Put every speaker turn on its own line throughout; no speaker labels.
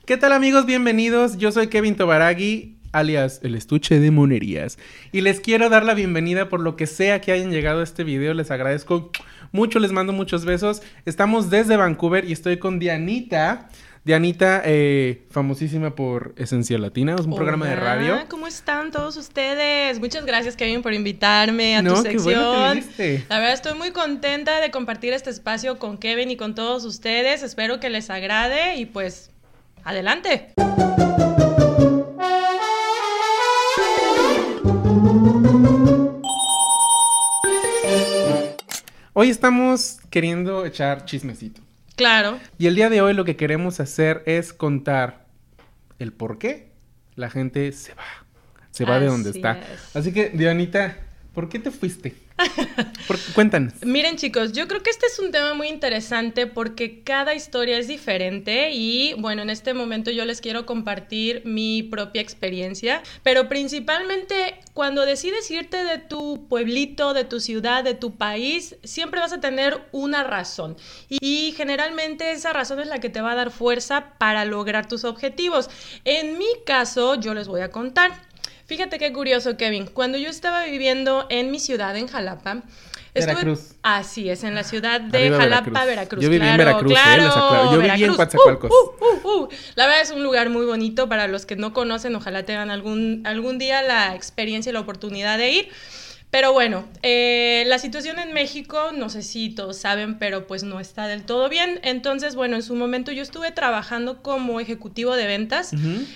¿Qué tal, amigos? Bienvenidos. Yo soy Kevin Tobaragui, alias El Estuche de Monerías. Y les quiero dar la bienvenida por lo que sea que hayan llegado a este video. Les agradezco mucho, les mando muchos besos. Estamos desde Vancouver y estoy con Dianita. Dianita, famosísima por Esencia Latina, es un programa de radio.
¿Cómo están todos ustedes? Muchas gracias, Kevin, por invitarme a tu sección.
Qué bueno que viniste.
La verdad, estoy muy contenta de compartir este espacio con Kevin y con todos ustedes. Espero que les agrade y pues, adelante.
Hoy estamos queriendo echar chismecito.
Claro.
Y el día de hoy lo que queremos hacer es contar el por qué la gente se va de donde está. Así que, Dianita, ¿por qué te fuiste? Cuéntanos.
Miren, chicos, yo creo que este es un tema muy interesante porque cada historia es diferente y, bueno, en este momento yo les quiero compartir mi propia experiencia, pero principalmente cuando decides irte de tu pueblito, de tu ciudad, de tu país, siempre vas a tener una razón y generalmente esa razón es la que te va a dar fuerza para lograr tus objetivos. En mi caso, yo les voy a contar. Fíjate qué curioso, Kevin. Cuando yo estaba viviendo en mi ciudad, en Jalapa,
Veracruz.
Así es, en la ciudad de
Arriba
Jalapa, Veracruz.
Yo viví en Veracruz,
claro.
Yo viví en Coatzacoalcos.
La verdad es un lugar muy bonito para los que no conocen. Ojalá tengan algún día la experiencia y la oportunidad de ir. Pero bueno, la situación en México, no sé si todos saben, pero pues no está del todo bien. Entonces, bueno, en su momento yo estuve trabajando como ejecutivo de ventas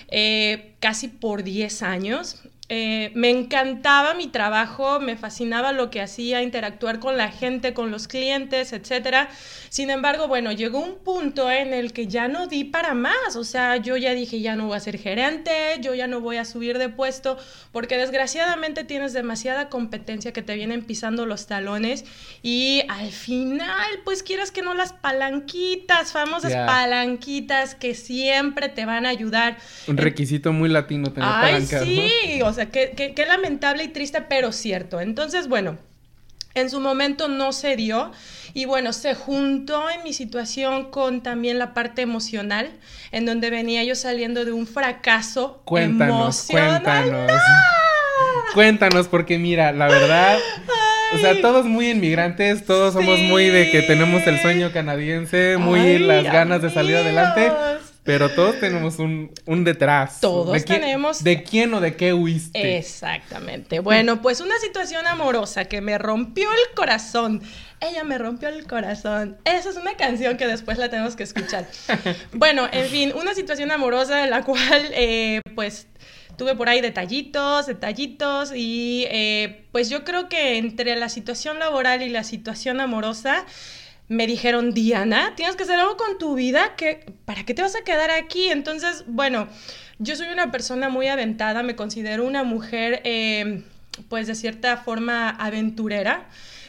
casi por 10 años. Me encantaba mi trabajo, me fascinaba lo que hacía, interactuar con la gente, con los clientes, etcétera. Sin embargo, bueno, llegó un punto en el que ya no di para más. O sea, yo ya dije, ya no voy a ser gerente, yo ya no voy a subir de puesto, porque desgraciadamente tienes demasiada competencia que te vienen pisando los talones y al final, pues quieras que no, las palanquitas, famosas palanquitas que siempre te van a ayudar.
Un requisito muy latino tener palancas,
sí,
¿no?
O sea, qué lamentable y triste, pero cierto. Entonces, bueno, en su momento no se dio y bueno, se juntó en mi situación con también la parte en donde venía yo saliendo de un fracaso emocional.
Cuéntanos, porque mira, la verdad, o sea, todos muy inmigrantes, todos somos muy de que tenemos el sueño canadiense, las ganas de salir adelante. Pero todos tenemos un detrás.
Todos tenemos.
¿De quién o de qué huiste?
Exactamente. Bueno, pues una situación amorosa que me rompió el corazón. Ella me rompió el corazón. Esa es una canción que después la tenemos que escuchar. Bueno, en fin, una situación amorosa en la cual, pues, tuve por ahí detallitos y, pues, yo creo que entre la situación laboral y la situación amorosa, me dijeron, Diana, tienes que hacer algo con tu vida, ¿para qué te vas a quedar aquí? Entonces, bueno, yo soy una persona muy aventada, me considero una mujer, pues de cierta forma aventurera,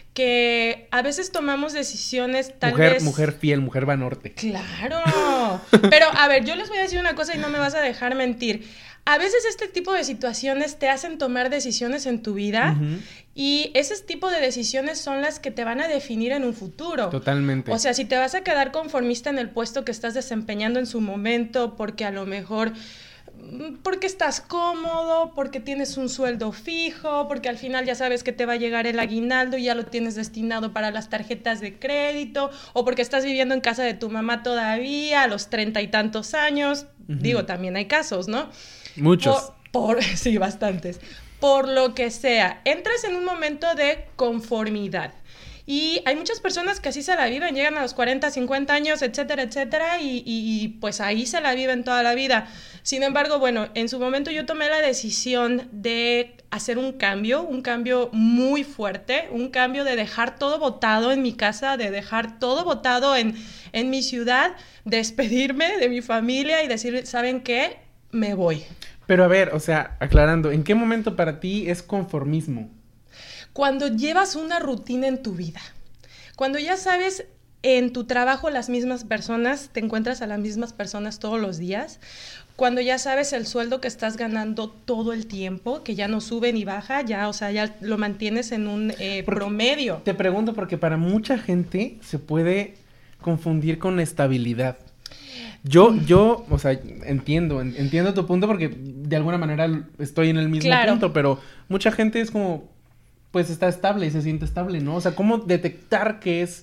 que a veces tomamos decisiones
Mujer fiel, mujer va norte.
Claro, pero a ver, yo les voy a decir una cosa y no me vas a dejar mentir. A veces este tipo de situaciones te hacen tomar decisiones en tu vida y ese tipo de decisiones son las que te van a definir en un futuro.
Totalmente.
O sea, si te vas a quedar conformista en el puesto que estás desempeñando en su momento porque a lo mejor porque estás cómodo, porque tienes un sueldo fijo, porque al final ya sabes que te va a llegar el aguinaldo y ya lo tienes destinado para las tarjetas de crédito, o porque estás viviendo en casa de tu mamá todavía a los 30 y tantos años. Digo, también hay casos, ¿no?
Muchos.
Sí, bastantes. Por lo que sea, entras en un momento de conformidad. Y hay muchas personas que así se la viven, llegan a los 40, 50 años, etcétera, etcétera, y pues ahí se la viven toda la vida. Sin embargo, bueno, en su momento yo tomé la decisión de hacer un cambio muy fuerte, un cambio de dejar todo botado en mi casa, de dejar todo botado en mi ciudad, despedirme de mi familia y decir, ¿saben qué? Me voy.
Pero a ver, o sea, aclarando, ¿en qué momento para ti es conformismo?
Cuando llevas una rutina en tu vida, cuando ya sabes en tu trabajo las mismas personas, te encuentras a las mismas personas todos los días, cuando ya sabes el sueldo que estás ganando todo el tiempo, que ya no sube ni baja, ya, o sea, ya lo mantienes en un promedio.
Te pregunto porque para mucha gente se puede confundir con estabilidad. O sea, entiendo tu punto porque de alguna manera estoy en el mismo punto, pero mucha gente es como, pues está estable y se siente estable, ¿no? O sea, ¿cómo detectar que es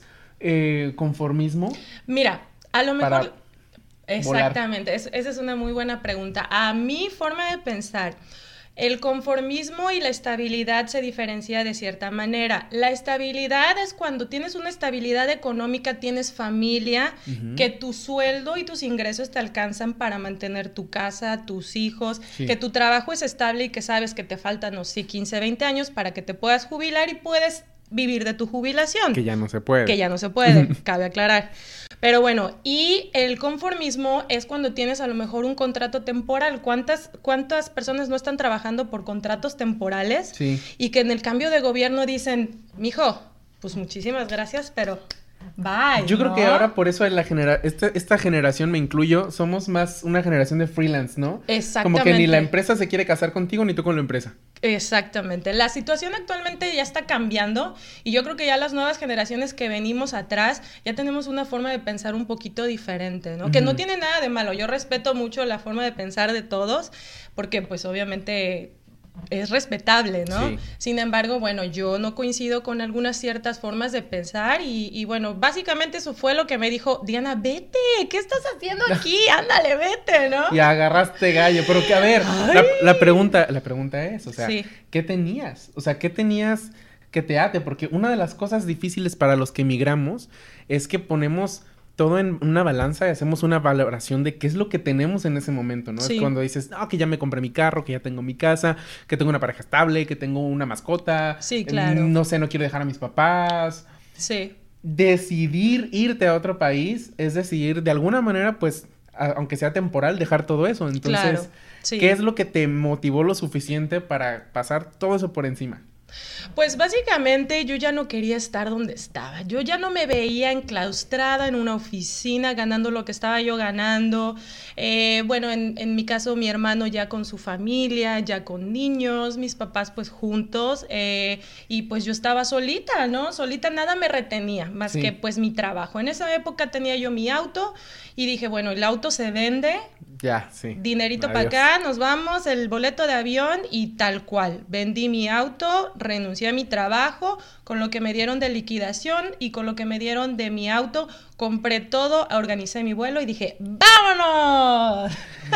conformismo?
Mira, a lo mejor...
Para
exactamente, esa es una muy buena pregunta. A mi forma de pensar, el conformismo y la estabilidad se diferencia de cierta manera. La estabilidad es cuando tienes una estabilidad económica, tienes familia, que tu sueldo y tus ingresos te alcanzan para mantener tu casa, tus hijos, que tu trabajo es estable y que sabes que te faltan, no sé, 15, 20 años para que te puedas jubilar y puedes vivir de tu jubilación.
Que ya no se puede.
Que ya no se puede, cabe aclarar. Pero bueno, y el conformismo es cuando tienes a lo mejor un contrato temporal. ¿Cuántas personas no están trabajando por contratos temporales?
Sí.
Y que en el cambio de gobierno dicen, mijo, pues muchísimas gracias, pero bye.
Yo creo que ahora por eso esta generación, me incluyo, somos más una generación de freelance, ¿no?
Exactamente.
Como que ni la empresa se quiere casar contigo, ni tú con la empresa.
Exactamente. La situación actualmente ya está cambiando y yo creo que ya las nuevas generaciones que venimos atrás ya tenemos una forma de pensar un poquito diferente, ¿no? Que no tiene nada de malo. Yo respeto mucho la forma de pensar de todos porque pues obviamente es respetable, ¿no?
Sí.
Sin embargo, bueno, yo no coincido con algunas ciertas formas de pensar y bueno, básicamente eso fue lo que me dijo, Diana, vete, ¿qué estás haciendo aquí? Ándale, vete, ¿no?
Y agarraste gallo, pero que a ver, la pregunta es, o sea, ¿qué tenías? O sea, ¿qué tenías que te ate? Porque una de las cosas difíciles para los que emigramos es que ponemos todo en una balanza y hacemos una valoración de qué es lo que tenemos en ese momento, ¿no?
Sí.
Es cuando dices, no, que ya me compré mi carro, que ya tengo mi casa, que tengo una pareja estable, que tengo una mascota.
Sí, claro.
No sé, no quiero dejar a mis papás.
Sí.
Decidir irte a otro país es decidir de alguna manera, pues, aunque sea temporal, dejar todo eso. Entonces,
claro. Sí.
¿qué es lo que te motivó lo suficiente para pasar todo eso por encima?
Pues básicamente yo ya no quería estar donde estaba. Yo ya no me veía enclaustrada en una oficina ganando lo que estaba yo ganando. Bueno, en mi caso mi hermano ya con su familia, ya con niños, mis papás pues juntos y pues yo estaba solita, ¿no? Solita, nada me retenía más que pues mi trabajo. En esa época tenía yo mi auto y dije, bueno, el auto se vende.
Ya, sí.
Dinerito para acá, nos vamos, el boleto de avión y tal cual. Vendí mi auto, renuncié a mi trabajo, con lo que me dieron de liquidación y con lo que me dieron de mi auto, compré todo, organicé mi vuelo y dije, ¡vámonos!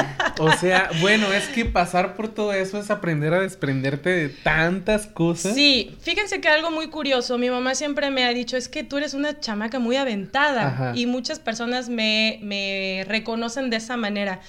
O sea, bueno, es que pasar por todo eso es aprender a desprenderte de tantas cosas.
Sí, fíjense que algo muy curioso, mi mamá siempre me ha dicho, es que tú eres una chamaca muy aventada. Ajá. Y muchas personas me reconocen de esa manera.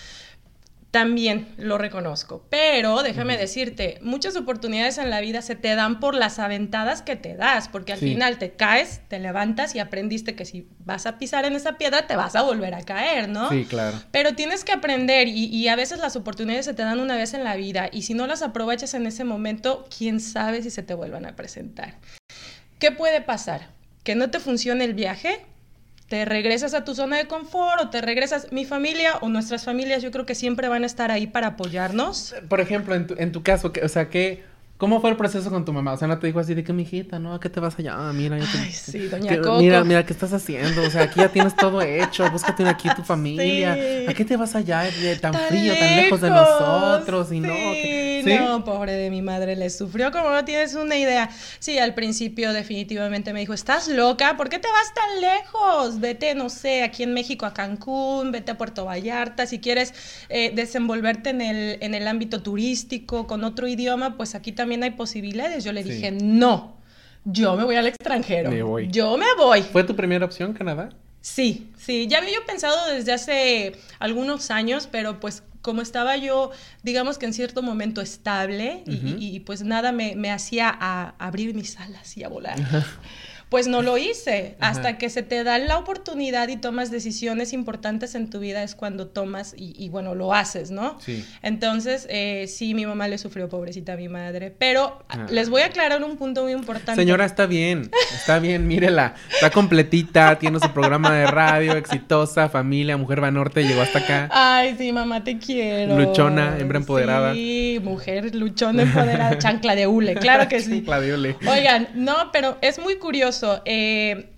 También lo reconozco, pero déjame decirte, muchas oportunidades en la vida se te dan por las aventadas que te das, porque al final te caes, te levantas y aprendiste que si vas a pisar en esa piedra te vas a volver a caer, ¿no?
Sí, claro.
Pero tienes que aprender y a veces las oportunidades se te dan una vez en la vida y si no las aprovechas en ese momento, quién sabe si se te vuelvan a presentar. ¿Qué puede pasar? ¿Que no te funcione el viaje? ¿Te regresas a tu zona de confort o te regresas? Mi familia o nuestras familias yo creo que siempre van a estar ahí para apoyarnos.
Por ejemplo, en tu caso, o sea, ¿cómo fue el proceso con tu mamá? O sea, no te dijo así de que, mijita, ¿no? ¿A qué te vas allá? Mira,
ay, sí, doña Coco.
Mira, ¿qué estás haciendo? O sea, aquí ya tienes todo hecho. Búscate aquí tu familia. Sí. ¿A qué te vas allá tan frío, tan lejos de nosotros? Y
sí, no, pobre de mi madre, le sufrió como no tienes una idea. Sí, al principio definitivamente me dijo, ¿estás loca? ¿Por qué te vas tan lejos? Vete, no sé, aquí en México a Cancún, vete a Puerto Vallarta. Si quieres desenvolverte en el ámbito turístico con otro idioma, pues aquí también hay posibilidades. Yo le dije, no, yo me voy al extranjero. Yo me voy.
¿Fue tu primera opción, Canadá?
Sí, ya había yo pensado desde hace algunos años, pero pues como estaba yo, digamos que en cierto momento estable y pues nada me hacía a abrir mis alas y a volar. Pues no lo hice. Hasta que se te da la oportunidad y tomas decisiones importantes en tu vida es cuando tomas y bueno, lo haces, ¿no?
Sí.
Entonces, sí, mi mamá le sufrió, pobrecita mi madre. Pero les voy a aclarar un punto muy importante.
Señora, está bien, mírela. Está completita, tiene su programa de radio, exitosa, familia, Mujer Banorte, llegó hasta acá.
Ay, sí, mamá, te quiero.
Luchona, hembra empoderada.
Sí, mujer luchona empoderada, chancla de hule, claro que sí.
Chancla de hule.
Oigan, no, pero es muy curioso.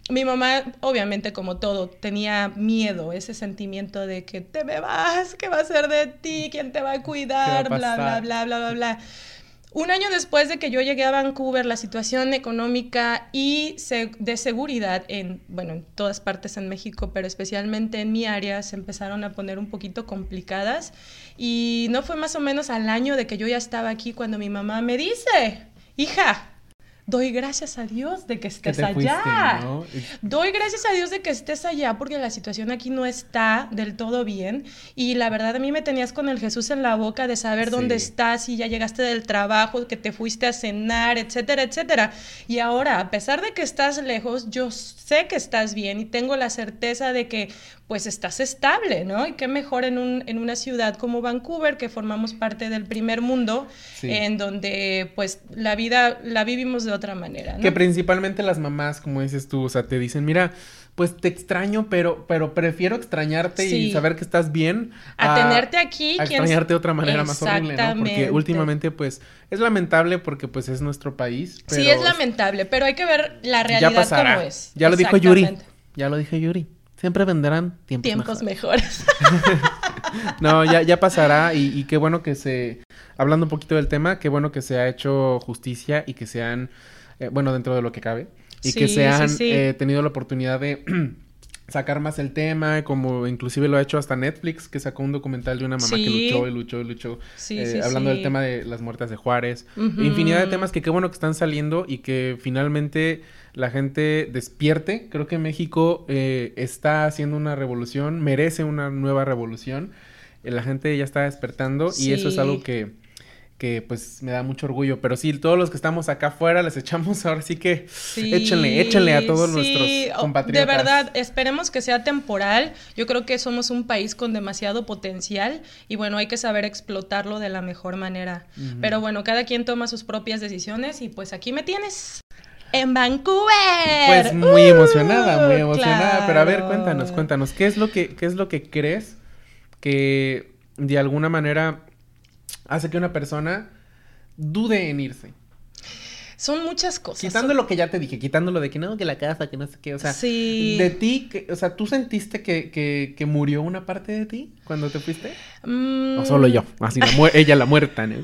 mi mamá, obviamente, como todo, tenía miedo, ese sentimiento de que te me vas, ¿qué va a ser de ti? ¿Quién te va a cuidar? Bla, bla, bla, bla, bla, bla. Un año después de que yo llegué a Vancouver, la situación económica y de seguridad en todas partes en México, pero especialmente en mi área, se empezaron a poner un poquito complicadas. Y no fue más o menos al año de que yo ya estaba aquí cuando mi mamá me dice, hija, doy gracias a Dios de que estés allá. Fuiste, ¿no? Doy gracias a Dios de que estés allá porque la situación aquí no está del todo bien. Y la verdad, a mí me tenías con el Jesús en la boca de saber dónde estás y ya llegaste del trabajo, que te fuiste a cenar, etcétera, etcétera. Y ahora, a pesar de que estás lejos, yo sé que estás bien y tengo la certeza de que pues estás estable, ¿no? Y qué mejor en una ciudad como Vancouver, que formamos parte del primer mundo, en donde pues la vida la vivimos de otra manera, ¿no?
Que principalmente las mamás, como dices tú, o sea, te dicen, mira, pues te extraño, pero prefiero extrañarte y saber que estás bien
a tenerte aquí.
A extrañarte de otra manera más horrible, ¿no? Porque últimamente, pues, es lamentable porque, pues, es nuestro país. Pero
sí, es lamentable, pero hay que ver la realidad como es.
Ya lo dijo Yuri. Ya lo dije Yuri. Siempre vendrán
tiempos mejores.
No, ya pasará y qué bueno que hablando un poquito del tema, qué bueno que se ha hecho justicia y que se han, dentro de lo que cabe, y que se han tenido la oportunidad de sacar más el tema, como inclusive lo ha hecho hasta Netflix, que sacó un documental de una mamá que luchó, hablando del tema de las muertes de Juárez, infinidad de temas que qué bueno que están saliendo y que finalmente la gente despierte. Creo que México está haciendo una revolución, merece una nueva revolución, la gente ya está despertando y eso es algo que pues me da mucho orgullo, pero sí, todos los que estamos acá afuera les echamos ahora sí que échenle a todos nuestros compatriotas.
De verdad, esperemos que sea temporal. Yo creo que somos un país con demasiado potencial y bueno, hay que saber explotarlo de la mejor manera. Pero bueno, cada quien toma sus propias decisiones y pues aquí me tienes. En Vancouver.
Pues muy emocionada,
claro.
Pero a ver, cuéntanos, ¿qué es lo que crees que de alguna manera hace que una persona dude en irse?
Son muchas cosas.
Quitando lo que ya te dije, quitando lo de que no, que la casa, que no sé qué, o sea, de ti, o sea, ¿tú sentiste que murió una parte de ti cuando te fuiste? O solo yo, así ella la muerta, ¿no?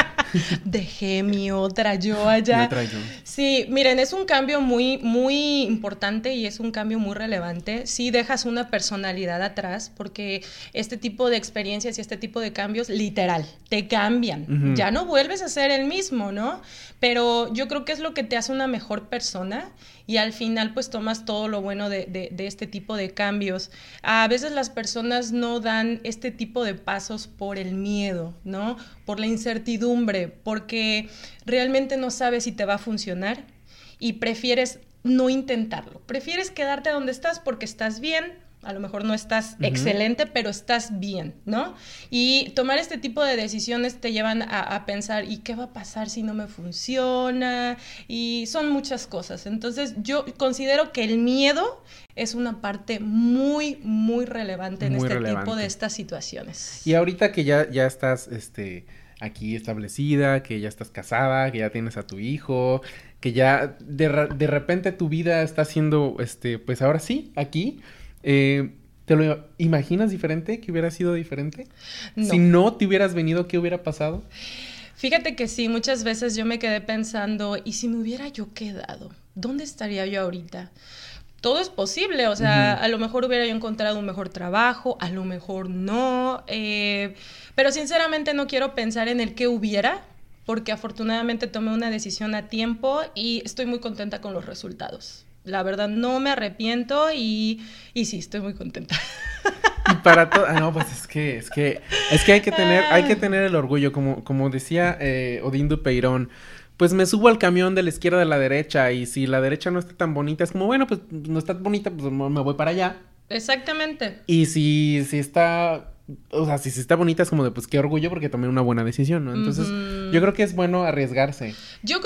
Dejé mi otra yo allá. Sí, miren, es un cambio muy, muy importante y es un cambio muy relevante. Sí dejas una personalidad atrás porque este tipo de experiencias y este tipo de cambios, literal, te cambian. Ya no vuelves a ser el mismo, ¿no? Pero yo creo que es lo que te hace una mejor persona y al final pues tomas todo lo bueno de este tipo de cambios. A veces las personas no dan este tipo de pasos por el miedo, ¿no? Por la incertidumbre, porque realmente no sabes si te va a funcionar y prefieres no intentarlo. Prefieres quedarte donde estás porque estás bien. A lo mejor no estás excelente, pero estás bien, ¿no? Y tomar este tipo de decisiones te llevan a pensar, ¿y qué va a pasar si no me funciona? Y son muchas cosas. Entonces, yo considero que el miedo es una parte muy, muy relevante en tipo de estas situaciones.
Y ahorita que ya estás, aquí establecida, que ya estás casada, que ya tienes a tu hijo, que ya de repente tu vida está siendo, pues ahora sí, aquí... ¿te lo imaginas diferente? ¿Que hubiera sido diferente?
No.
Si no te hubieras venido, ¿qué hubiera pasado?
Fíjate que sí, muchas veces yo me quedé pensando, ¿y si me hubiera yo quedado? ¿Dónde estaría yo ahorita? Todo es posible, o sea, a lo mejor hubiera yo encontrado un mejor trabajo, a lo mejor no, pero sinceramente no quiero pensar en el qué hubiera, porque afortunadamente tomé una decisión a tiempo y estoy muy contenta con los resultados. La verdad, no me arrepiento y sí, estoy muy contenta.
Y para todo... no, pues es que hay que tener el orgullo, como decía Odín Dupeirón, pues me subo al camión de la izquierda a la derecha y si la derecha no está tan bonita, es como, bueno, pues no está bonita, pues me voy para allá.
Exactamente.
Y si está... O sea, si está bonita es como de, pues, qué orgullo porque tomé una buena decisión, ¿no? Entonces, yo creo que es bueno arriesgarse.
Yo creo que eso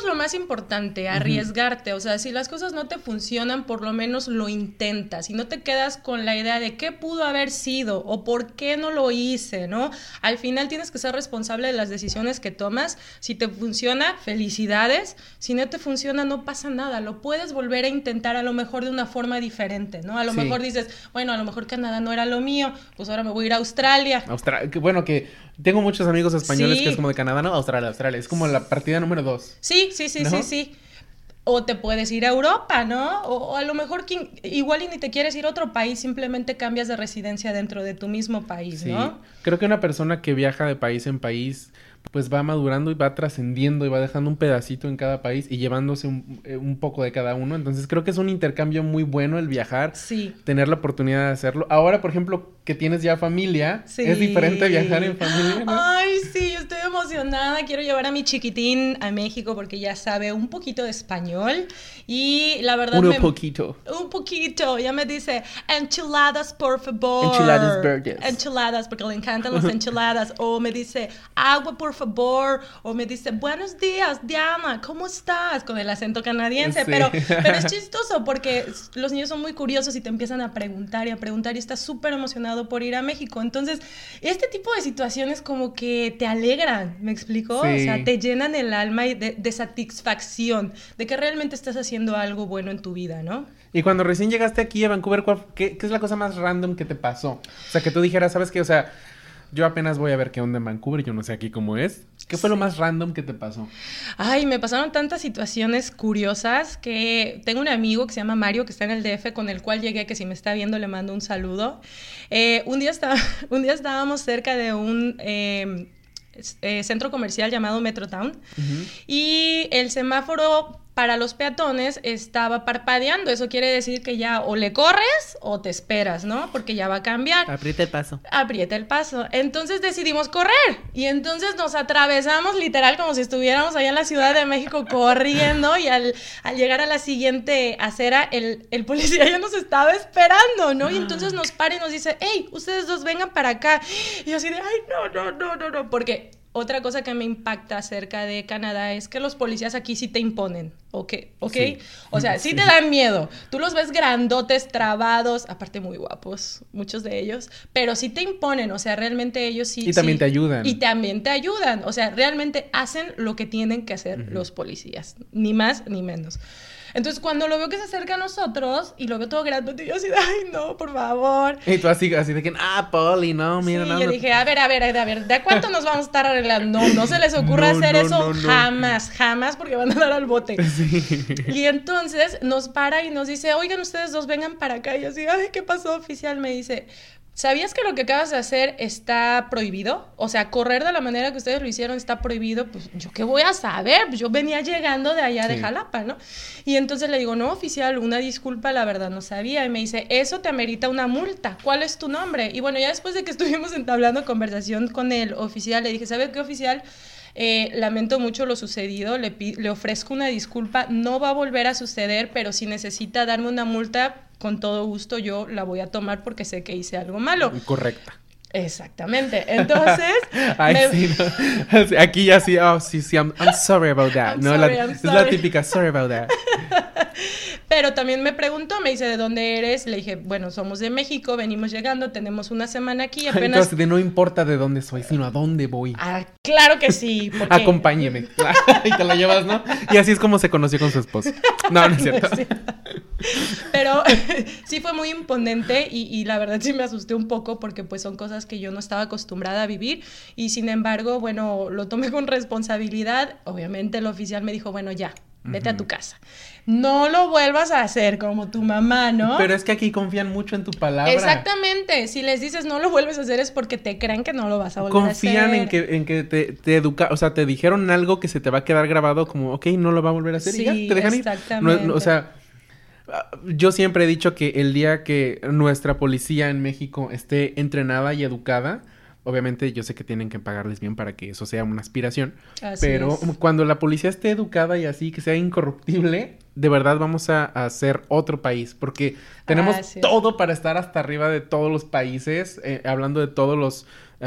es lo más importante, arriesgarte. O sea, si las cosas no te funcionan, por lo menos lo intentas y no te quedas con la idea de qué pudo haber sido o por qué no lo hice, ¿no? Al final tienes que ser responsable de las decisiones que tomas. Si te funciona, felicidades. Si no te funciona, no pasa nada. Lo puedes volver a intentar a lo mejor de una forma diferente, ¿no? A lo mejor dices, bueno, a lo mejor Canadá no era lo mío, pues ahora me voy a ir a Australia.
Bueno, que tengo muchos amigos españoles que es como de Canadá, no, Australia. Es como la partida número 2.
Sí.
¿No?
Sí. O te puedes ir a Europa, ¿no? O a lo mejor igual y ni te quieres ir a otro país, simplemente cambias de residencia dentro de tu mismo país, ¿no?
Creo que una persona que viaja de país en país, pues va madurando y va trascendiendo y va dejando un pedacito en cada país y llevándose un poco de cada uno. Entonces creo que es un intercambio muy bueno el viajar, tener la oportunidad de hacerlo. Ahora, por ejemplo, que tienes ya familia, es diferente viajar en familia, ¿no?
Ay, sí, estoy emocionada. Quiero llevar a mi chiquitín a México porque ya sabe un poquito de español y la verdad
Un poquito,
ya me dice, enchiladas, por favor.
Enchiladas verdes.
Enchiladas, porque le encantan las enchiladas. O me dice, agua, por favor. O me dice, buenos días, Diana, ¿cómo estás? Con el acento canadiense.
Sí.
Pero es chistoso porque los niños son muy curiosos y te empiezan a preguntar y estás súper emocionado por ir a México. Entonces, este tipo de situaciones como que te alegran, ¿me explico?
Sí.
O sea, te llenan el alma de satisfacción, de que realmente estás haciendo algo bueno en tu vida, ¿no?
Y cuando recién llegaste aquí a Vancouver, ¿qué es la cosa más random que te pasó? O sea, que tú dijeras, ¿sabes qué? O sea, yo apenas voy a ver qué onda en Vancouver, yo no sé aquí cómo es. ¿Qué fue lo más random que te pasó?
Ay, me pasaron tantas situaciones curiosas que tengo un amigo que se llama Mario, que está en el DF, con el cual llegué, que si me está viendo le mando un saludo. Un día estábamos cerca de un centro comercial llamado Metrotown y el semáforo para los peatones estaba parpadeando. Eso quiere decir que ya o le corres o te esperas, ¿no? Porque ya va a cambiar.
Aprieta el paso.
Entonces decidimos correr y entonces nos atravesamos literal como si estuviéramos allá en la Ciudad de México corriendo y al llegar a la siguiente acera el policía ya nos estaba esperando, ¿no? Y entonces nos para y nos dice, hey, ustedes dos vengan para acá. Y yo así de, ay, no, porque otra cosa que me impacta acerca de Canadá es que los policías aquí sí te imponen, ¿ok? Sí. O sea, sí te dan miedo. Tú los ves grandotes, trabados, aparte muy guapos, muchos de ellos, pero sí te imponen, o sea, realmente ellos sí...
Y también te ayudan.
Y también te ayudan, o sea, realmente hacen lo que tienen que hacer los policías, ni más ni menos. Entonces, cuando lo veo que se acerca a nosotros y lo veo todo grandote, yo así de, ay, no, por favor.
Y tú así de que, Poli, no, mira, no.
Yo dije, a ver, ¿de cuánto nos vamos a estar arreglando? No se les ocurra hacer eso jamás, porque van a dar al bote. Sí. Y entonces nos para y nos dice, oigan, ustedes dos vengan para acá. Y yo así, ay, ¿qué pasó, oficial? Me dice, ¿sabías que lo que acabas de hacer está prohibido? O sea, correr de la manera que ustedes lo hicieron está prohibido. Pues, ¿yo qué voy a saber? Pues yo venía llegando de allá de Jalapa, ¿no? Y entonces le digo, no, oficial, una disculpa, la verdad no sabía. Y me dice, eso te amerita una multa. ¿Cuál es tu nombre? Y bueno, ya después de que estuvimos entablando conversación con el oficial, le dije, ¿sabe qué, oficial? Lamento mucho lo sucedido, le ofrezco una disculpa, no va a volver a suceder, pero si necesita darme una multa, con todo gusto yo la voy a tomar porque sé que hice algo malo.
Correcta.
Exactamente. Entonces...
no. Aquí ya sí, I'm sorry about that. Es la típica, sorry about that.
Pero también me preguntó, me dice, ¿de dónde eres? Le dije, bueno, somos de México, venimos llegando, tenemos una semana aquí, apenas...
Entonces, no importa de dónde soy, sino a dónde voy.
Claro que sí. Porque...
Acompáñeme. Y te la llevas, ¿no? Y así es como se conoció con su esposo. No es cierto.
Pero sí fue muy imponente y la verdad sí me asusté un poco porque pues son cosas que yo no estaba acostumbrada a vivir y sin embargo, bueno, lo tomé con responsabilidad. Obviamente el oficial me dijo, bueno, ya, vete a tu casa. No lo vuelvas a hacer como tu mamá, ¿no?
Pero es que aquí confían mucho en tu palabra.
Exactamente. Si les dices no lo vuelves a hacer es porque te creen que no lo vas a volver a hacer.
Confían en que te educa, o sea, te dijeron algo que se te va a quedar grabado como, ok, no lo va a volver a hacer y ya, te dejan ir.
Exactamente.
O sea, yo siempre he dicho que el día que nuestra policía en México esté entrenada y educada, Obviamente yo sé que tienen que pagarles bien para que eso sea una aspiración,
Así
pero
es.
cuando la policía esté educada y así, que sea incorruptible, de verdad vamos a ser otro país, porque tenemos
Así es.
todo para estar hasta arriba de todos los países, hablando de todos los,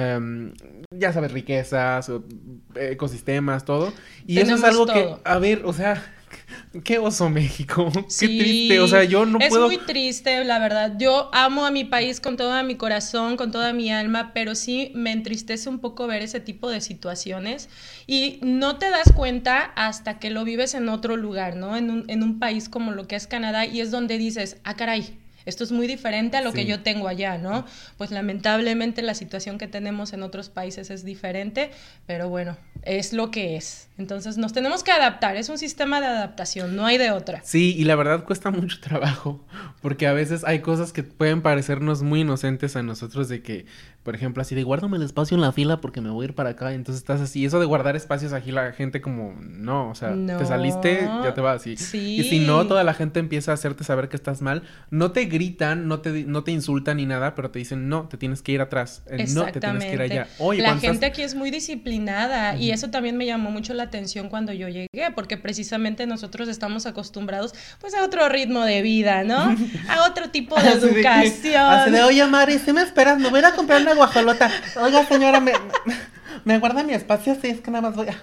ya sabes, riquezas, ecosistemas, todo. Y eso es
Tenemos
algo que,
todo.
a ver, o sea, qué oso México, qué
Sí,
triste, o sea, yo no
es
puedo...
muy triste, la verdad. Yo amo a mi país con todo mi corazón, con toda mi alma, pero sí me entristece un poco ver ese tipo de situaciones y no te das cuenta hasta que lo vives en otro lugar, ¿no? En un país como lo que es Canadá y es donde dices, ah, caray. Esto es muy diferente a lo
Sí.
que yo tengo allá, ¿no? Pues lamentablemente la situación que tenemos en otros países es diferente, pero bueno, es lo que es. Entonces nos tenemos que adaptar, es un sistema de adaptación, no hay de otra.
Sí, y la verdad cuesta mucho trabajo, porque a veces hay cosas que pueden parecernos muy inocentes a nosotros de que, por ejemplo, así de guárdame el espacio en la fila porque me voy a ir para acá, entonces estás así, eso de guardar espacios aquí la gente como, no, o sea,
No.
te saliste, ya te vas así.
Sí.
Y si no, toda la gente empieza a hacerte saber que estás mal, no te gritan, no te insultan ni nada, pero te dicen, no, te tienes que ir atrás, no, te tienes que ir allá. Oye,
la
cuando
gente
estás...
aquí es muy disciplinada y eso también me llamó mucho la atención cuando yo llegué, porque precisamente nosotros estamos acostumbrados pues a otro ritmo de vida, ¿no? A otro tipo de
Así
educación.
Así de, oye, Mari, si me esperas, me voy a ir a comprar una guajolota. Oiga, señora, me guarda mi espacio, sí, es que nada más voy a...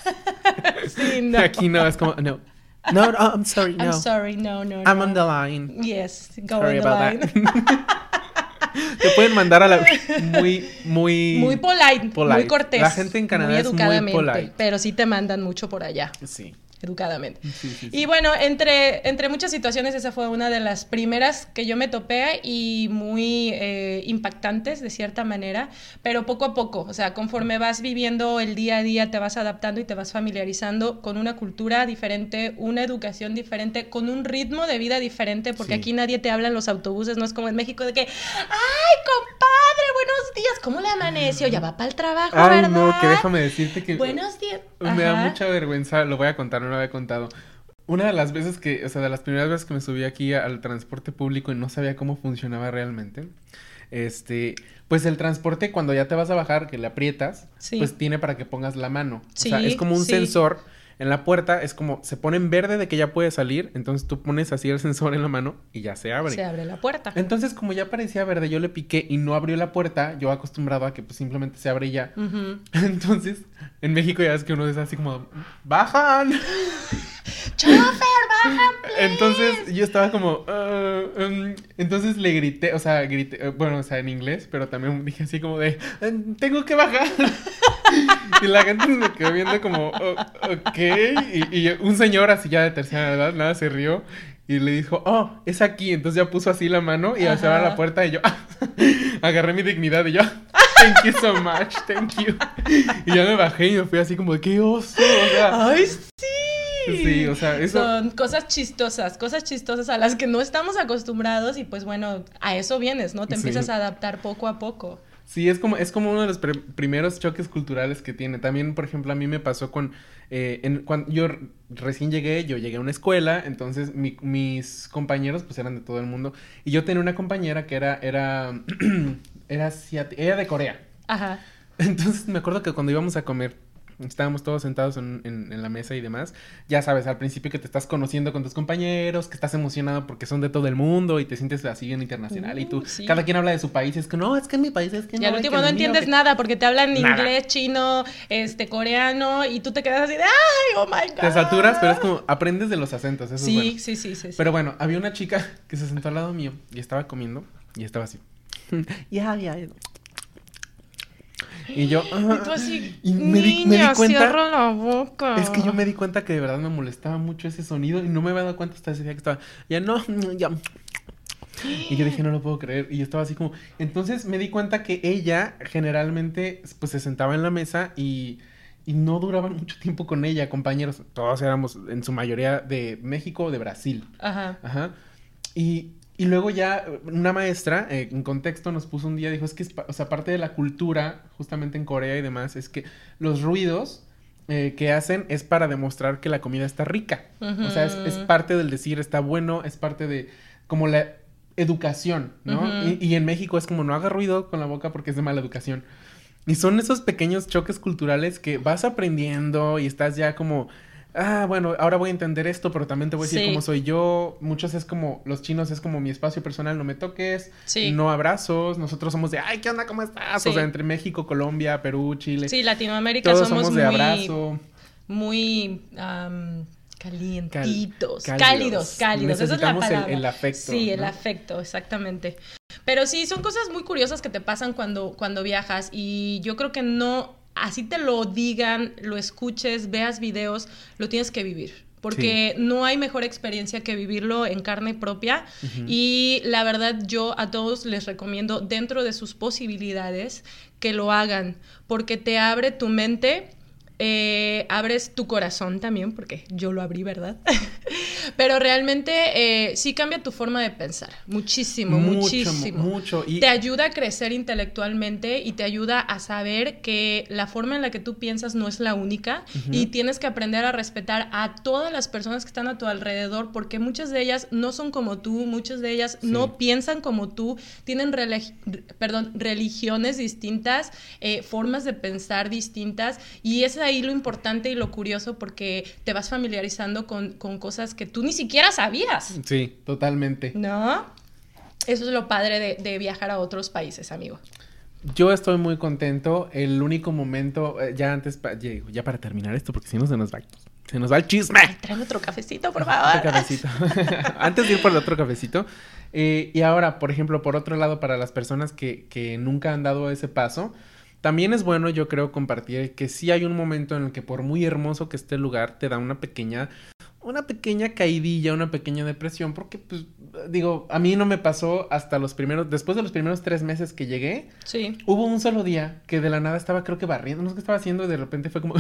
Sí, no.
Aquí no, es como, no. No, I'm sorry, no.
I'm sorry, no.
I'm on the line.
Yes, go
Sorry
on the
about
line.
that. Te pueden mandar a la... Muy
Muy polite, muy cortés.
La gente en Canadá
muy
es muy
educadamente,
polite.
pero sí te mandan mucho por allá.
Sí.
Educadamente.
Sí.
Y bueno, entre muchas situaciones, esa fue una de las primeras que yo me topé y muy impactantes de cierta manera, pero poco a poco, o sea, conforme vas viviendo el día a día, te vas adaptando y te vas familiarizando con una cultura diferente, una educación diferente, con un ritmo de vida diferente, porque
Sí.
aquí nadie te habla en los autobuses, no es como en México de que, ¡ay, compadre, buenos días! ¿Cómo le amaneció? Ya va para el trabajo,
Ay,
¿verdad?
no, que déjame decirte que...
Buenos días.
Me da
Ajá.
mucha vergüenza, lo voy a contar, no lo había contado. Una de las veces que, o sea, de las primeras veces que me subí aquí al transporte público y no sabía cómo funcionaba realmente, pues el transporte cuando ya te vas a bajar, que le aprietas,
Sí.
pues tiene para que pongas la mano.
Sí,
o sea, es como un
sí.
sensor en la puerta, es como, se pone en verde de que ya puede salir, entonces tú pones así el sensor en la mano y ya se abre.
Se abre la puerta.
Entonces, como ya parecía verde, yo le piqué y no abrió la puerta, yo acostumbrado a que pues simplemente se abre y ya.
Ujú.
Entonces, en México ya es que uno es así como, ¡bajan!
¡Chofer, baja, please!
Entonces, yo estaba como, entonces le grité, o sea, bueno, o sea, en inglés, pero también dije así como de, tengo que bajar. Y la gente me quedó viendo como, ok, y un señor así ya de tercera edad, nada, se rió. Y le dijo, oh, es aquí. Entonces ya puso así la mano y se abre la puerta y yo agarré mi dignidad y yo, thank you so much, thank you. Y ya me bajé y me fui así como, qué oso, o sea.
¡Ay, sí!
Sí, o sea, eso...
Son cosas chistosas a las que no estamos acostumbrados y pues bueno, a eso vienes, ¿no? Te
Sí.
empiezas a adaptar poco a poco.
Sí, es como uno de los primeros choques culturales que tiene. También, por ejemplo, a mí me pasó cuando yo recién llegué, yo llegué a una escuela, entonces mis compañeros pues eran de todo el mundo. Y yo tenía una compañera que era asiática, era de Corea.
Ajá.
Entonces me acuerdo que cuando íbamos a comer, estábamos todos sentados en la mesa y demás. Ya sabes, al principio que te estás conociendo con tus compañeros, que estás emocionado porque son de todo el mundo y te sientes así bien internacional. Y tú,
sí.
cada quien habla de su país. Y es que no, es que en mi país es que
Y
no.
al
y
último
que
no
el mío,
entiendes
que...
nada porque te hablan
Nada.
inglés, chino, coreano y tú te quedas así de ¡ay, oh my God!
Te saturas, pero es como aprendes de los acentos. Eso
Sí,
es bueno.
sí.
Pero bueno, había una chica que se sentó al lado mío y estaba comiendo y estaba así. Ya. Y yo,
Y tú así,
y me di
niña,
cuenta,
cierra la boca.
es que yo me di cuenta que de verdad me molestaba mucho ese sonido y no me había dado cuenta hasta ese día que estaba, ya no, ya. Y yo dije, no lo puedo creer. Y yo estaba así como, entonces me di cuenta que ella generalmente pues se sentaba en la mesa y no duraban mucho tiempo con ella, compañeros. Todos éramos en su mayoría de México o de Brasil.
Ajá.
Y luego ya una maestra, en contexto, nos puso un día, dijo, es que, o sea, parte de la cultura, justamente en Corea y demás, es que los ruidos que hacen es para demostrar que la comida está rica.
Uh-huh.
O sea, es parte del decir está bueno, es parte de, como educación, ¿no? Y en México es como no haga ruido con la boca porque es de mala educación. Y son esos pequeños choques culturales que vas aprendiendo y estás ya como, bueno, ahora voy a entender esto, pero también te voy a decir cómo soy yo. Muchos es como, los chinos es como mi espacio personal, no me toques, no abrazos. Nosotros somos de, ay, ¿qué onda? ¿Cómo estás? O sea, entre México, Colombia, Perú, Chile.
Sí, Latinoamérica
todos
somos
de
muy,
abrazo.
Muy calientitos, cálidos. Esa es la palabra.
El afecto.
Sí,
¿no?
el afecto, exactamente. Pero sí, son cosas muy curiosas que te pasan cuando viajas y yo creo que no, así te lo digan, lo escuches, veas videos, lo tienes que vivir. Porque no hay mejor experiencia que vivirlo en carne propia. Y la verdad, yo a todos les recomiendo, dentro de sus posibilidades, que lo hagan. Porque te abre tu mente, abres tu corazón también, porque yo lo abrí, ¿verdad? Pero realmente sí cambia tu forma de pensar. Muchísimo. Y te ayuda a crecer intelectualmente y te ayuda a saber que la forma en la que tú piensas no es la única y tienes que aprender a respetar a todas las personas que están a tu alrededor, porque muchas de ellas no son como tú, muchas de ellas no piensan como tú, tienen religiones distintas, formas de pensar distintas, y es ahí lo importante y lo curioso, porque te vas familiarizando con cosas que tú ni siquiera sabías.
Sí, totalmente.
¿No? Eso es lo padre de viajar a otros países, amigo.
Yo estoy muy contento. El único momento, ya para terminar esto, porque si no se nos va el chisme.
Ay, tráeme otro cafecito, por favor.
Otro cafecito. Antes de ir por el otro cafecito. Y ahora, por ejemplo, por otro lado, para las personas que nunca han dado ese paso, también es bueno, yo creo, compartir que sí hay un momento en el que, por muy hermoso que esté el lugar, te da una pequeña caidilla, una pequeña depresión, porque, pues, digo, a mí no me pasó después de los primeros 3 meses que llegué, hubo un solo día que de la nada estaba, creo que barriendo, no sé qué estaba haciendo, y de repente fue como...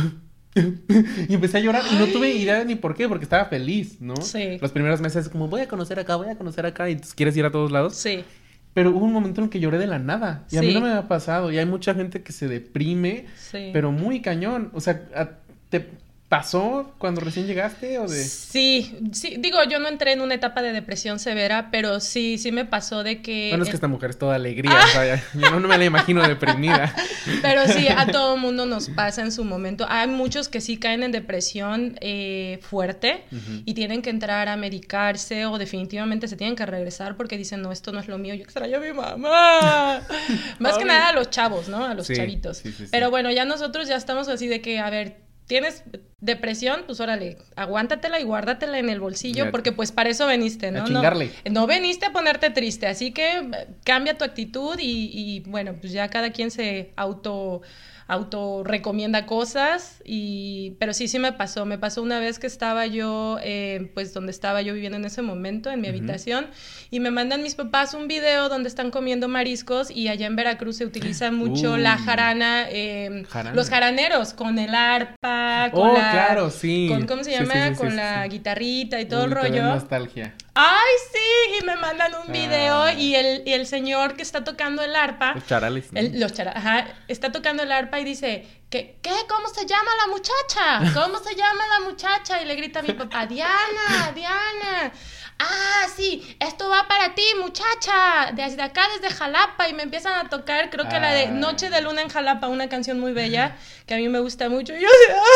y empecé a llorar y no tuve idea ni por qué, porque estaba feliz, ¿no? Sí. Los primeros meses como, voy a conocer acá, y quieres ir a todos lados.
Sí.
Pero hubo un momento en el que lloré de la nada. Y a mí no me ha pasado. Y hay mucha gente que se deprime. Sí. Pero muy cañón. O sea, ¿te pasó cuando recién llegaste o de...?
Sí. Digo, yo no entré en una etapa de depresión severa, pero sí me pasó de que...
Bueno, es que esta mujer es toda alegría. O sea, yo no me la imagino deprimida.
Pero sí, a todo mundo nos pasa en su momento. Hay muchos que sí caen en depresión fuerte y tienen que entrar a medicarse o definitivamente se tienen que regresar porque dicen, no, esto no es lo mío, yo extraño a mi mamá. Más que nada a los chavos, ¿no? A los chavitos. Sí. Pero bueno, ya nosotros ya estamos así de que, a ver... ¿Tienes depresión? Pues órale, aguántatela y guárdatela en el bolsillo, porque pues para eso veniste, ¿no?
A chingarle.
No veniste a ponerte triste, así que cambia tu actitud y bueno, pues ya cada quien se auto recomienda cosas, pero sí me pasó una vez que estaba yo, pues donde estaba yo viviendo en ese momento, en mi habitación, y me mandan mis papás un video donde están comiendo mariscos, y allá en Veracruz se utiliza mucho la jarana, los jaraneros, con el arpa, con
claro, sí.
Con, ¿cómo se llama? Con la guitarrita y todo el rollo.
Nostalgia.
¡Ay, sí! Y me mandan un video y el señor que está tocando el arpa...
Los charales, ¿no?
Está tocando el arpa y dice... ¿Qué? ¿Cómo se llama la muchacha? ¿Cómo se llama la muchacha? Y le grita a mi papá, Diana. Ah, sí, esto va para ti, muchacha, desde acá, desde Jalapa, y me empiezan a tocar, creo que la de Noche de Luna en Jalapa, una canción muy bella, que a mí me gusta mucho, y yo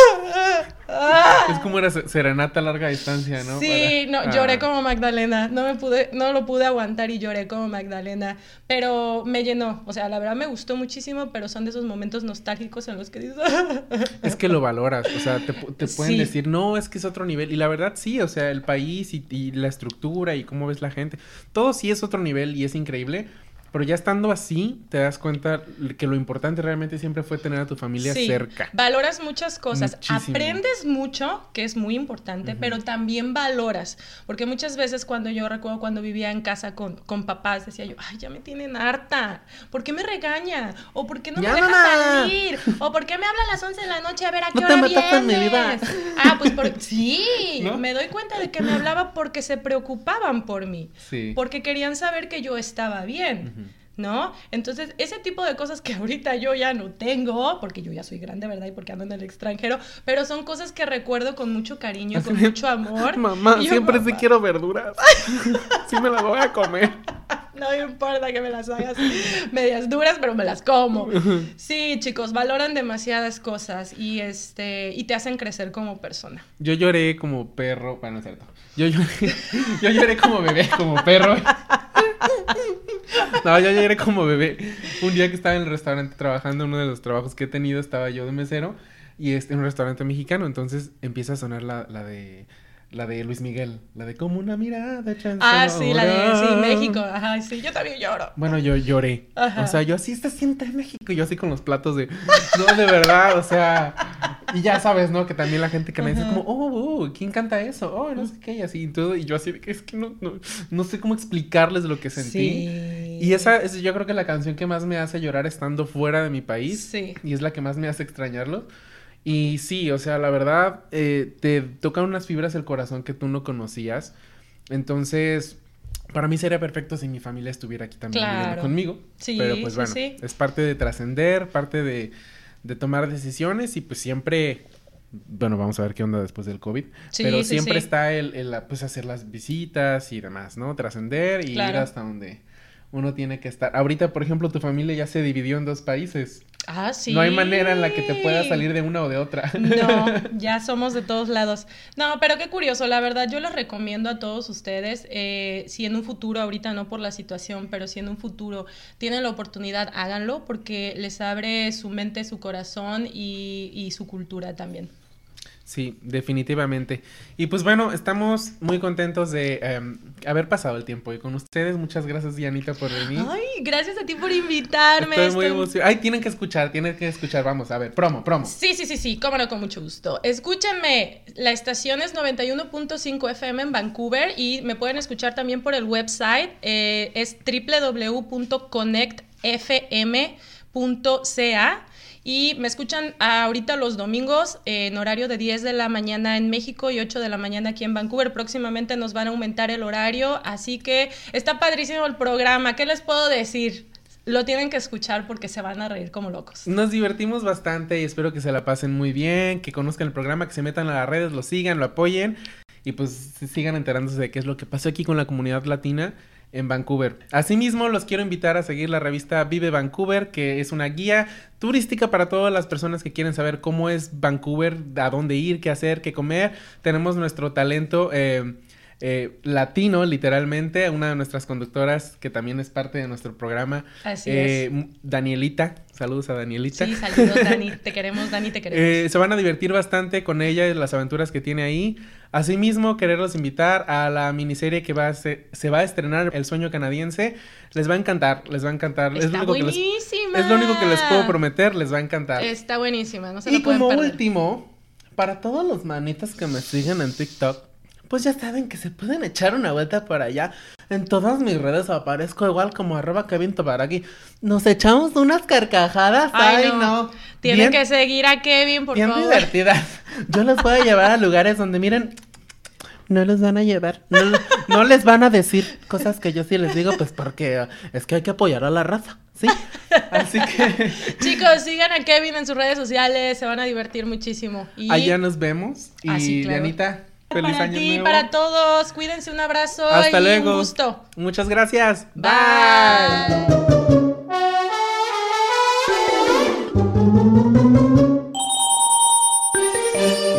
Es como una serenata a larga distancia, ¿no?
Sí, lloré como Magdalena, no lo pude aguantar y lloré como Magdalena, pero me llenó, o sea, la verdad me gustó muchísimo, pero son de esos momentos nostálgicos en los que dices...
Es que lo valoras, o sea, te pueden decir, no, es que es otro nivel, y la verdad sí, o sea, el país y la estructura y cómo ves la gente, todo sí es otro nivel y es increíble, pero ya estando así te das cuenta que lo importante realmente siempre fue tener a tu familia cerca.
Valoras muchas cosas,
muchísimo.
Aprendes mucho, que es muy importante, pero también valoras, porque muchas veces yo recuerdo cuando vivía en casa con papás, decía yo, ay, ya me tienen harta, ¿por qué me regaña? ¿O por qué no me deja salir? ¿O por qué me habla a las 11 de la noche a ver a qué hora vienes? Pues sí, ¿no? Me doy cuenta de que me hablaba porque se preocupaban por mí, porque querían saber que yo estaba bien. ¿No? Entonces, ese tipo de cosas que ahorita yo ya no tengo, porque yo ya soy grande, ¿verdad? Y porque ando en el extranjero, pero son cosas que recuerdo con mucho cariño, con mucho amor.
Mamá, siempre sí quiero verduras. Sí me las voy a comer.
No me importa que me las hagas medias duras, pero me las como. Sí, chicos, valoran demasiadas cosas y y te hacen crecer como persona.
Yo lloré como perro, bueno, no es cierto. Yo lloré como bebé, como perro. No, yo lloré como bebé. Un día que estaba en el restaurante trabajando, uno de los trabajos que he tenido, estaba yo de mesero y en un restaurante mexicano, entonces empieza a sonar la de Luis Miguel, la de como una mirada chanzona.
Ah, sí, la de sí, México. Ajá, sí, yo también lloro.
Bueno, yo lloré.
Ajá.
O sea, yo así se siente en México. Y yo así con los platos de... No, de verdad, o sea... Y ya sabes, ¿no? Que también la gente que me dice como... ¿quién canta eso? Oh, no sé qué. Y así y todo. Y yo así de que es que no sé cómo explicarles lo que sentí.
Sí.
Y esa es yo creo que la canción que más me hace llorar estando fuera de mi país.
Sí.
Y es la que más me hace extrañarlo. Y sí, o sea, la verdad, te tocan unas fibras del corazón que tú no conocías. Entonces, para mí sería perfecto si mi familia estuviera aquí también viviendo conmigo.
Sí,
pero pues bueno,
sí.
es parte de trascender, parte de tomar decisiones y pues siempre... Bueno, vamos a ver qué onda después del COVID.
Sí,
pero
sí,
siempre
sí.
está pues hacer las visitas y demás, ¿no? Trascender y ir hasta donde uno tiene que estar. Ahorita, por ejemplo, tu familia ya se dividió en 2 países.
Ah, sí.
No hay manera en la que te puedas salir de una o de otra.
No, ya somos de todos lados. No, pero qué curioso, la verdad yo les recomiendo a todos ustedes, si en un futuro, ahorita no por la situación, pero si en un futuro tienen la oportunidad, háganlo porque les abre su mente, su corazón y su cultura también.
Sí, definitivamente. Y pues bueno, estamos muy contentos de haber pasado el tiempo y con ustedes. Muchas gracias, Dianita, por venir.
Ay, gracias a ti por invitarme.
Estoy muy emocionada. Ay, tienen que escuchar. Vamos, a ver, promo.
Sí, cómo no, con mucho gusto. Escúchenme, la estación es 91.5 FM en Vancouver y me pueden escuchar también por el website, es www.connectfm.ca. Y me escuchan ahorita los domingos en horario de 10 de la mañana en México y 8 de la mañana aquí en Vancouver. Próximamente nos van a aumentar el horario, así que está padrísimo el programa. ¿Qué les puedo decir? Lo tienen que escuchar porque se van a reír como locos.
Nos divertimos bastante y espero que se la pasen muy bien, que conozcan el programa, que se metan a las redes, lo sigan, lo apoyen y pues sigan enterándose de qué es lo que pasó aquí con la comunidad latina en Vancouver. Asimismo, los quiero invitar a seguir la revista Vive Vancouver, que es una guía turística para todas las personas que quieren saber cómo es Vancouver, a dónde ir, qué hacer, qué comer. Tenemos nuestro talento latino, literalmente, una de nuestras conductoras que también es parte de nuestro programa.
Así es.
Danielita, saludos a Danielita.
Sí, saludos, Dani, te queremos, Dani, te queremos.
Se van a divertir bastante con ella y las aventuras que tiene ahí. Asimismo, quererlos invitar a la miniserie que se va a estrenar, El Sueño Canadiense. Les va a encantar.
Está buenísima.
Es lo único que les puedo prometer, les va a encantar.
Está buenísima, no se lo pueden
perder. Y como
perder.
último, para todos los manitas que me siguen en TikTok, pues ya saben que se pueden echar una vuelta por allá. En todas mis redes aparezco igual como @KevinTobaragui. Nos echamos unas carcajadas. Ay, no.
Tienen que seguir a Kevin, por favor.
Bien divertidas. Yo los voy a llevar a lugares donde, miren, no los van a llevar. No les van a decir cosas que yo sí les digo, pues porque es que hay que apoyar a la raza, ¿sí? Así que...
Chicos, sigan a Kevin en sus redes sociales, se van a divertir muchísimo.
Y... allá nos vemos. Y
sí, claro.
Dianita, feliz
para
año
ti,
nuevo.
para todos, cuídense, un abrazo.
Hasta
y
luego.
Un gusto.
Muchas gracias.
Bye.
Bye.